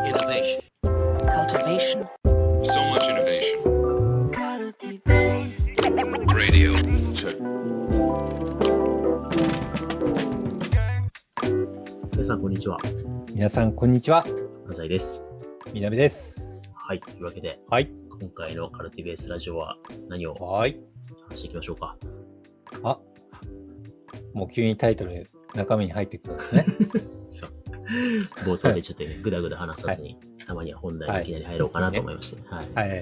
Innovation. Cultivation. So much innovation. Radio. Check. 皆さんこんにちは。 皆さんこんにちは。 浅井です。 みなべです。 はい。というわけで、 はい。 今回のカルティベースラジオは何をはい。 話していきましょうか。 あ、もう急にタイトル中身に入ってくるんですね。 そう。冒頭でちょっとぐだぐだ話さずに、はい、たまには本題にいきなり入ろうかなと思いまして。はい。 はい。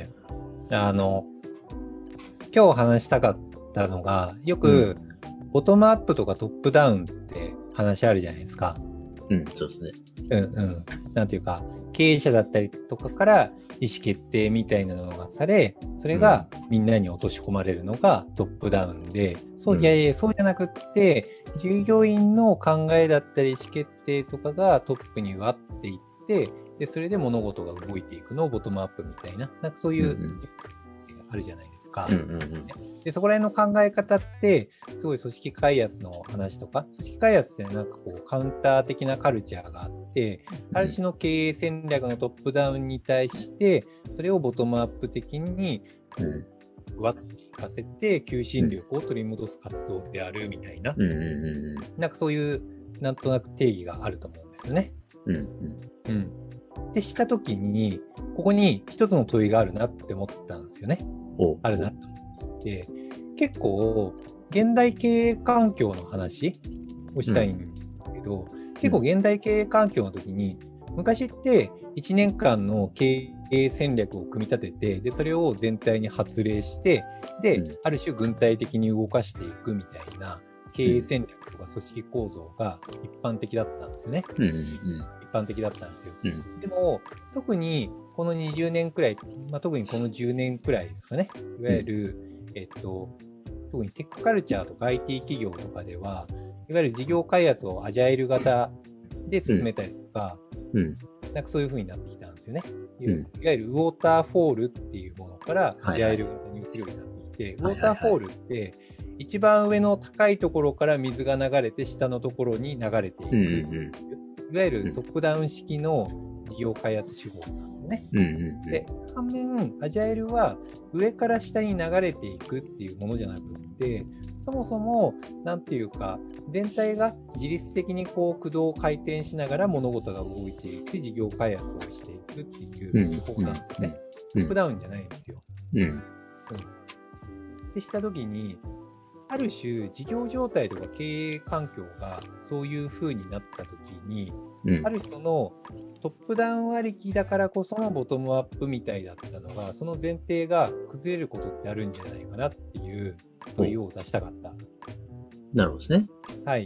今日話したかったのが、よく、ボトムアップとかトップダウンって話あるじゃないですか。 うん、そうですね。 なんていうか、経営者だったりとかから意思決定みたいなのがされ、それがみんなに落とし込まれるのがトップダウンで、そうじゃなくって、従業員の考えだったり意思決定とかがトップに割っていって、で、それで物事が動いていくのをボトムアップみたいな、なんかそういう、あるじゃないですか。で、そこら辺の考え方って、すごい組織開発の話とか、組織開発ってなんかこうカウンター的なカルチャーがあって、ある種の経営戦略のトップダウンに対して、それをボトムアップ的にわっていかせて、求心力を取り戻す活動であるみたいな、なんかそういうなんとなく定義があると思うんですよね。でしたときに、ここに一つの問いがあるなって思ったんですよね。あるなと思って、結構現代経営環境の話をしたいんですけど、結構現代経営環境の時に、昔って1年間の経営戦略を組み立てて、でそれを全体に発令して、で、ある種軍隊的に動かしていくみたいな経営戦略とか組織構造が一般的だったんですよね。一般的だったんですよ。でも、特にこの20年くらい、特にこの10年くらいですかね、いわゆる、特にテックカルチャーとか IT 企業とかでは、いわゆる事業開発をアジャイル型で進めたりとか、なんかそういう風になってきたんですよね。いわゆるウォーターフォールっていうものからアジャイル型に移るようになってきて、ウォーターフォールって一番上の高いところから水が流れて下のところに流れていく、いわゆるトップダウン式の事業開発手法なんですよね。で、反面、アジャイルは上から下に流れていくっていうものじゃなくって、そもそも、なんていうか、全体が自律的にこう駆動回転しながら物事が動いていって事業開発をしていくっていう手法なんですよね。トップダウンじゃないんですよ。でしたときに、ある種事業状態とか経営環境がそういう風になったときに、ある種そのトップダウンありきだからこそのボトムアップみたいだったのが、その前提が崩れることってあるんじゃないかなっていう問いを出したかった。 なるほどですね。 はい。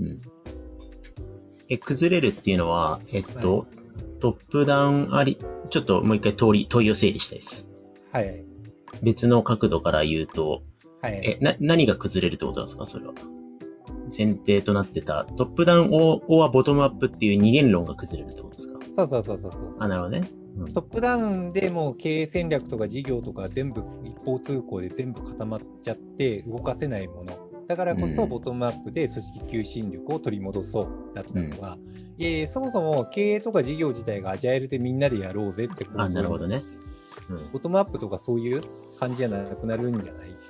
崩れるっていうのは、トップダウンあり、ちょっともう一回問いを整理したいです。 はい。 別の角度から言うと、何が崩れるってことなんですか、それは。前提となってたトップダウンはボトムアップっていう二元論が崩れるってことですか。 そう。 なるほどね。 トップダウンでもう経営戦略とか事業とか全部一方通行で全部固まっちゃって動かせないものだからこそボトムアップで組織求心力を取り戻そうだったのが、そもそも経営とか事業自体がアジャイルでみんなでやろうぜってなるほどね。 ボトムアップとかそういう感じじゃなくなるんじゃないっていう。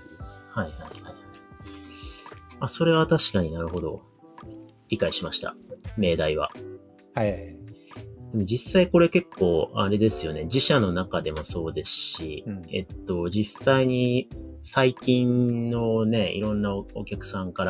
それは確かになるほど。理解しました。命題は。 でも実際これ結構あれですよね。自社の中でもそうですし、実際に最近のね、いろんなお客さんから、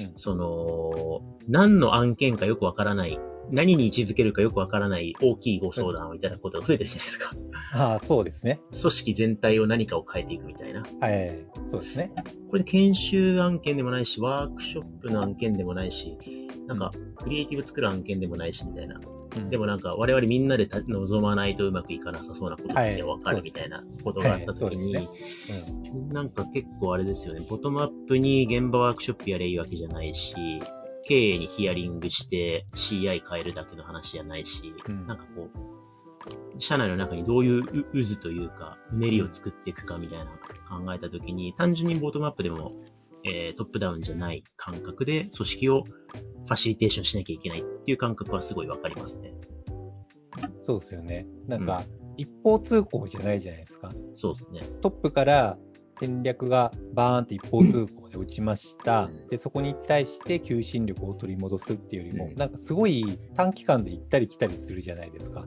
何の案件かよくわからない、何に位置づけるかよくわからない大きいご相談をいただくことが増えてるじゃないですか。 そうですね。 組織全体を何かを変えていくみたいな。 そうですね。 これで研修案件でもないし、ワークショップの案件でもないし、なんかクリエイティブ作る案件でもないしみたいな。でもなんか我々みんなで望まないとうまくいかなさそうなことって分かるみたいなことがあったときに、なんか結構あれですよね。ボトムアップに現場ワークショップやればいいわけじゃないし、経営にヒアリングして CI 変えるだけの話じゃないし、なんかこう、社内の中にどういう渦というか、うねりを作っていくかみたいな考えたときに、単純にボトムアップでも、トップダウンじゃない感覚で組織をファシリテーションしなきゃいけないっていう感覚はすごいわかりますね。 そうですよね。なんか、一方通行じゃないじゃないですか。 そうですね。 トップから戦略がバーンって一方通行で打ちました。で、そこに対して求心力を取り戻すっていうよりも、なんかすごい短期間で行ったり来たりするじゃないですか。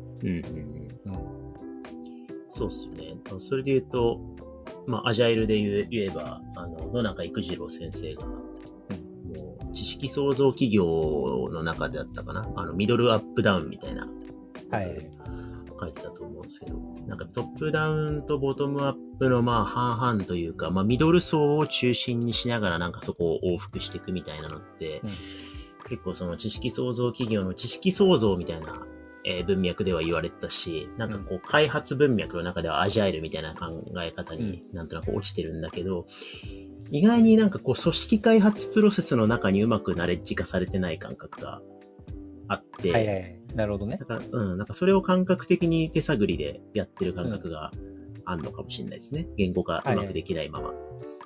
そうっすよね。それで言うと、まあ、アジャイルで言えば、野中育次郎先生が、もう、知識創造企業の中であったかな。ミドルアップダウンみたいな、書いてたと思うんですけど、なんかトップダウンとボトムアップのまあ半々というか、まあミドル層を中心にしながらなんかそこを往復していくみたいなのって、結構その知識創造企業の知識創造みたいな文脈では言われてたし、なんかこう開発文脈の中ではアジャイルみたいな考え方になんとなく落ちてるんだけど、意外になんかこう組織開発プロセスの中にうまくナレッジ化されてない感覚があって、 なるほどね。 だから、なんかそれを感覚的に手探りでやってる感覚があるのかもしれないですね。言語化うまくできないまま。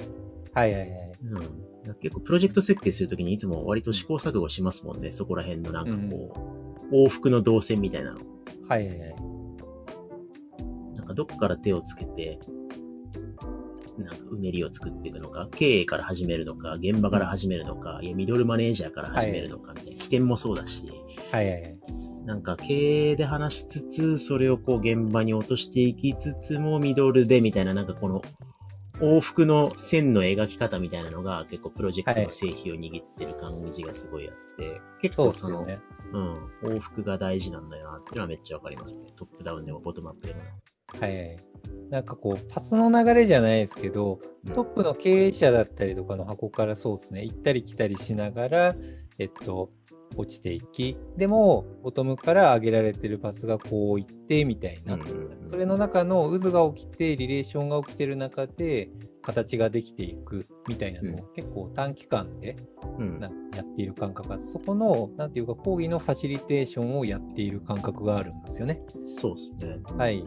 結構プロジェクト設計するときにいつも割と試行錯誤しますもんね。そこら辺のなんかこう、往復の動線みたいなの。なんかどこから手をつけて、なんかうねりを作っていくのか、経営から始めるのか、現場から始めるのか、いやミドルマネージャーから始めるのかみたいな、起点もそうだし、なんか経営で話しつつ、それをこう現場に落としていきつつもミドルでみたいな、なんかこの往復の線の描き方みたいなのが結構プロジェクトの成否を握ってる感じがすごいあって、結構その、往復が大事なんだよなっていうのはめっちゃわかりますね。トップダウンでもボトムアップでも。 なんかこうパスの流れじゃないですけど、トップの経営者だったりとかの箱からそうですね、行ったり来たりしながら、落ちていき、でもボトムから上げられてるパスがこういってみたいな、それの中の渦が起きてリレーションが起きてる中で形ができていくみたいなのを結構短期間でやっている感覚が、そこのなんていうか講義のファシリテーションをやっている感覚があるんですよね。 そうですね。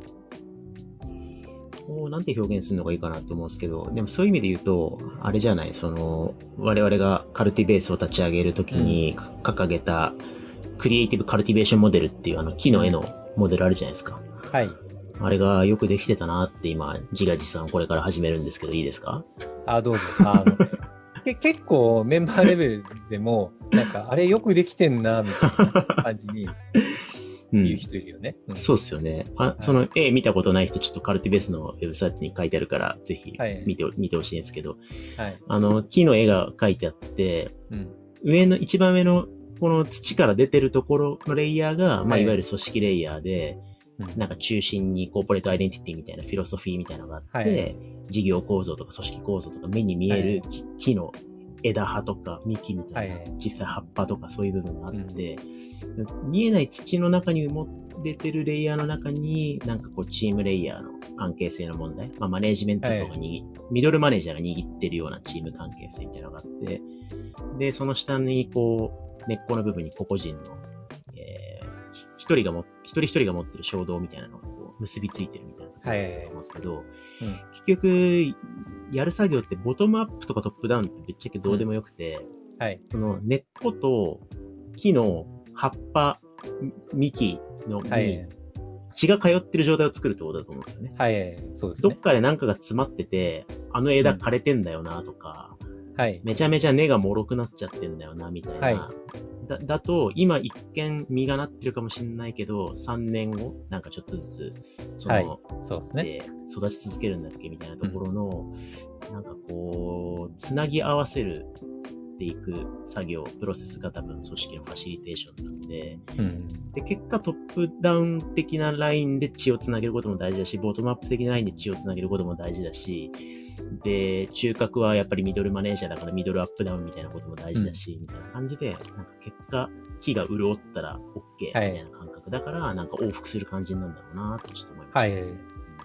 なんて表現するのがいいかなと思うんですけど、でもそういう意味で言うと、あれじゃない、その、我々がカルティベースを立ち上げるときに掲げた、クリエイティブカルティベーションモデルっていう木の絵のモデルあるじゃないですか。あれがよくできてたなって今、自画自賛これから始めるんですけど、いいですか？ どうぞ。結構メンバーレベルでも、なんか、あれよくできてんな、みたいな感じに。言う人いるよね。 そうっすよね。その絵見たことない人、ちょっとカルティベースのウェブサイトに書いてあるから、ぜひ見てほしいんですけど、木の絵が書いてあって、一番上のこの土から出てるところのレイヤーが、まあ、いわゆる組織レイヤーで、なんか中心にコーポレートアイデンティティみたいなフィロソフィーみたいなのがあって、事業構造とか組織構造とか目に見える木の枝葉とか幹みたいな、実際葉っぱとかそういう部分があって、見えない土の中に埋もれてるレイヤーの中に、なんかこうチームレイヤーの関係性の問題、まあマネージメント層がミドルマネージャーが握ってるようなチーム関係性みたいなのがあって、で、その下にこう、根っこの部分に個々人の、一人一人が持ってる衝動みたいなのがこう結びついてるみたいなところだと思うんですけど、結局、やる作業ってボトムアップとかトップダウンってぶっちゃけどうでもよくて、その根っこと木の葉っぱ、幹のに血が通ってる状態を作るってことだと思うんですよね。 そうですね。 どっかで何かが詰まってて、あの枝枯れてんだよなとか、めちゃめちゃ根が脆くなっちゃってんだよなみたいな。だと、今一見実がなってるかもしれないけど、3年後、なんかちょっとずつ、 そうですね。 育ち続けるんだっけみたいなところの、なんかこう、つなぎ合わせるっていく作業、プロセスが多分組織のファシリテーションなんで、で、結果トップダウン的なラインで血をつなげることも大事だし、ボトムアップ的なラインで血をつなげることも大事だし、で、中核はやっぱりミドルマネージャーだからミドルアップダウンみたいなことも大事だし、みたいな感じで、なんか結果、木が潤ったら OK みたいな感覚だから、なんか往復する感じなんだろうなってちょっと思いました。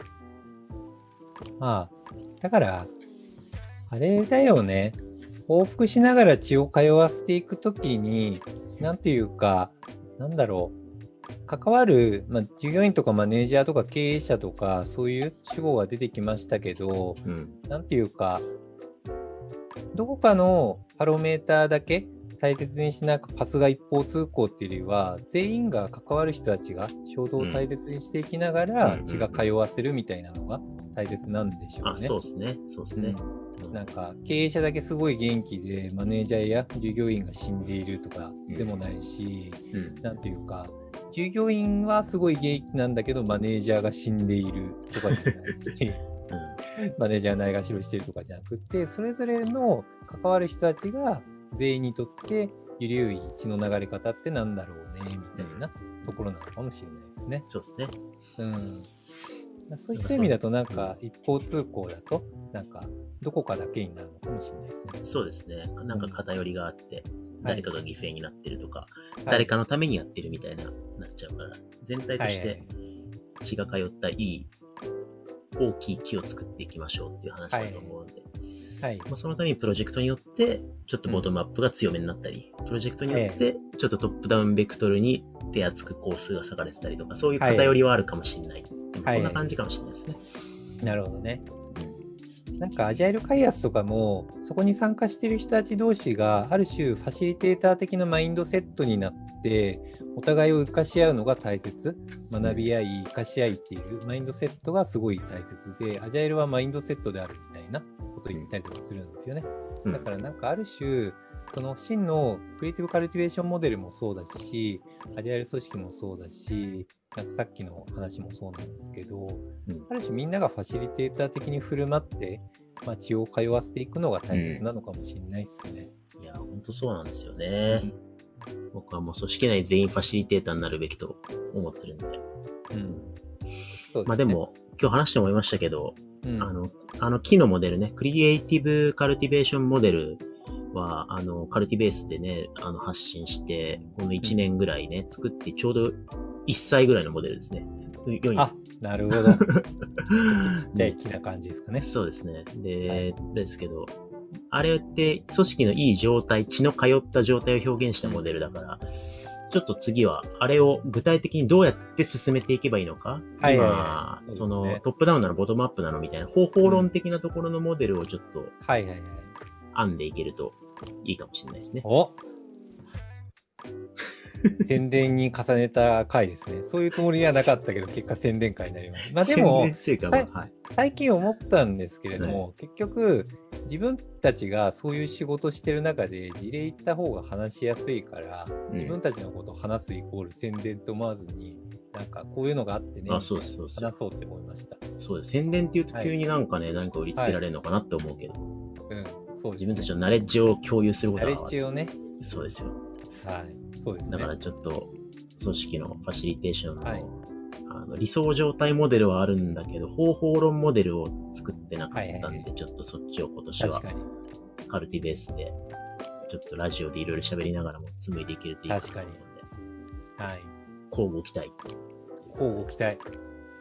まあ、だから、あれだよね。往復しながら血を通わせていくときに、なんていうか、なんだろう。関わる、従業員とかマネージャーとか経営者とかそういう主語が出てきましたけど、なんていうかどこかのパロメーターだけ大切にしなくパスが一方通行っていうよりは、全員が関わる人たちが衝動を大切にしていきながら血が通わせるみたいなのが大切なんでしょうね。 そうですね。そうですね。 なんか経営者だけすごい元気でマネージャーや従業員が死んでいるとかでもないし、なんていうか従業員はすごい元気なんだけどマネージャーが死んでいるとかでもないしマネージャーないがしろしてるとかじゃなくて、それぞれの関わる人たちが全員にとってゆるい血の流れ方ってなんだろうねみたいなところなのかもしれないですね。 そうですね。 そういった意味だとなんか一方通行だとなんかどこかだけになるのかもしれないですね。 そうですね。なんか偏りがあって、誰かが犠牲になってるとか、誰かのためにやってるみたいななっちゃうから、全体として血が通ったいい大きい木を作っていきましょうっていう話だと思うんで、そのためにプロジェクトによってちょっとボトムアップが強めになったり、プロジェクトによってちょっとトップダウンベクトルに手厚く工数が割かれてたりとか、そういう偏りはあるかもしれない。でもそんな感じかもしれないですね。 なるほどね。なんかアジャイル開発とかもそこに参加している人たち同士がある種ファシリテーター的なマインドセットになってお互いを生かし合うのが大切、学び合い生かし合いっていうマインドセットがすごい大切で、アジャイルはマインドセットであるみたいなことを言ったりとかするんですよね。だからなんかある種その真のクリエイティブカルティベーションモデルもそうだし、アジャイル組織もそうだし、なんかさっきの話もそうなんですけど、ある種みんながファシリテーター的に振る舞って、血を通わせていくのが大切なのかもしれないですね。 いや、本当そうなんですよね。僕はもう組織内全員ファシリテーターになるべきと思ってるんで。 そうですね。 でも、今日話して思いましたけど、木のモデルね、クリエイティブカルティベーションモデルは、カルティベースでね、発信して、この1年ぐらいね、作ってちょうど1歳ぐらいのモデルですね。 なるほど。ちょっとちっちゃい木な感じですかね。 そうですね。ですけど、あれって組織のいい状態、血の通った状態を表現したモデルだから、ちょっと次は、あれを具体的にどうやって進めていけばいいのか、今、そのトップダウンなのボトムアップなのみたいな方法論的なところのモデルをちょっと、編んでいけるといいかもしれないですね。 宣伝に重ねた回ですね。そういうつもりにはなかったけど、結果宣伝会になります。でも、最近思ったんですけれども、結局、自分たちがそういう仕事してる中で事例言った方が話しやすいから、自分たちのことを話すイコール宣伝と思わずに、なんかこういうのがあってね、話そうって思いました。 そうです。宣伝って言うと急になんかね、何か売りつけられるのかなって思うけど。 そうですね。 自分たちのナレッジを共有することは。 ナレッジをね。 そうですよ。 そうですね。 だからちょっと、組織のファシリテーションの、理想状態モデルはあるんだけど、方法論モデルを作ってなかったんで、ちょっとそっちを今年は、カルティベースで、ちょっとラジオでいろいろ喋りながらも紡いでいけるといいかなと思うんで。交互期待。 交互期待。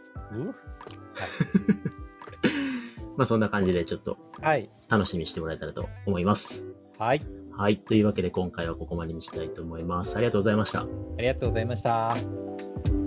そんな感じでちょっと、楽しみにしてもらえたらと思います。 はい。 というわけで今回はここまでにしたいと思います。ありがとうございました。 ありがとうございました。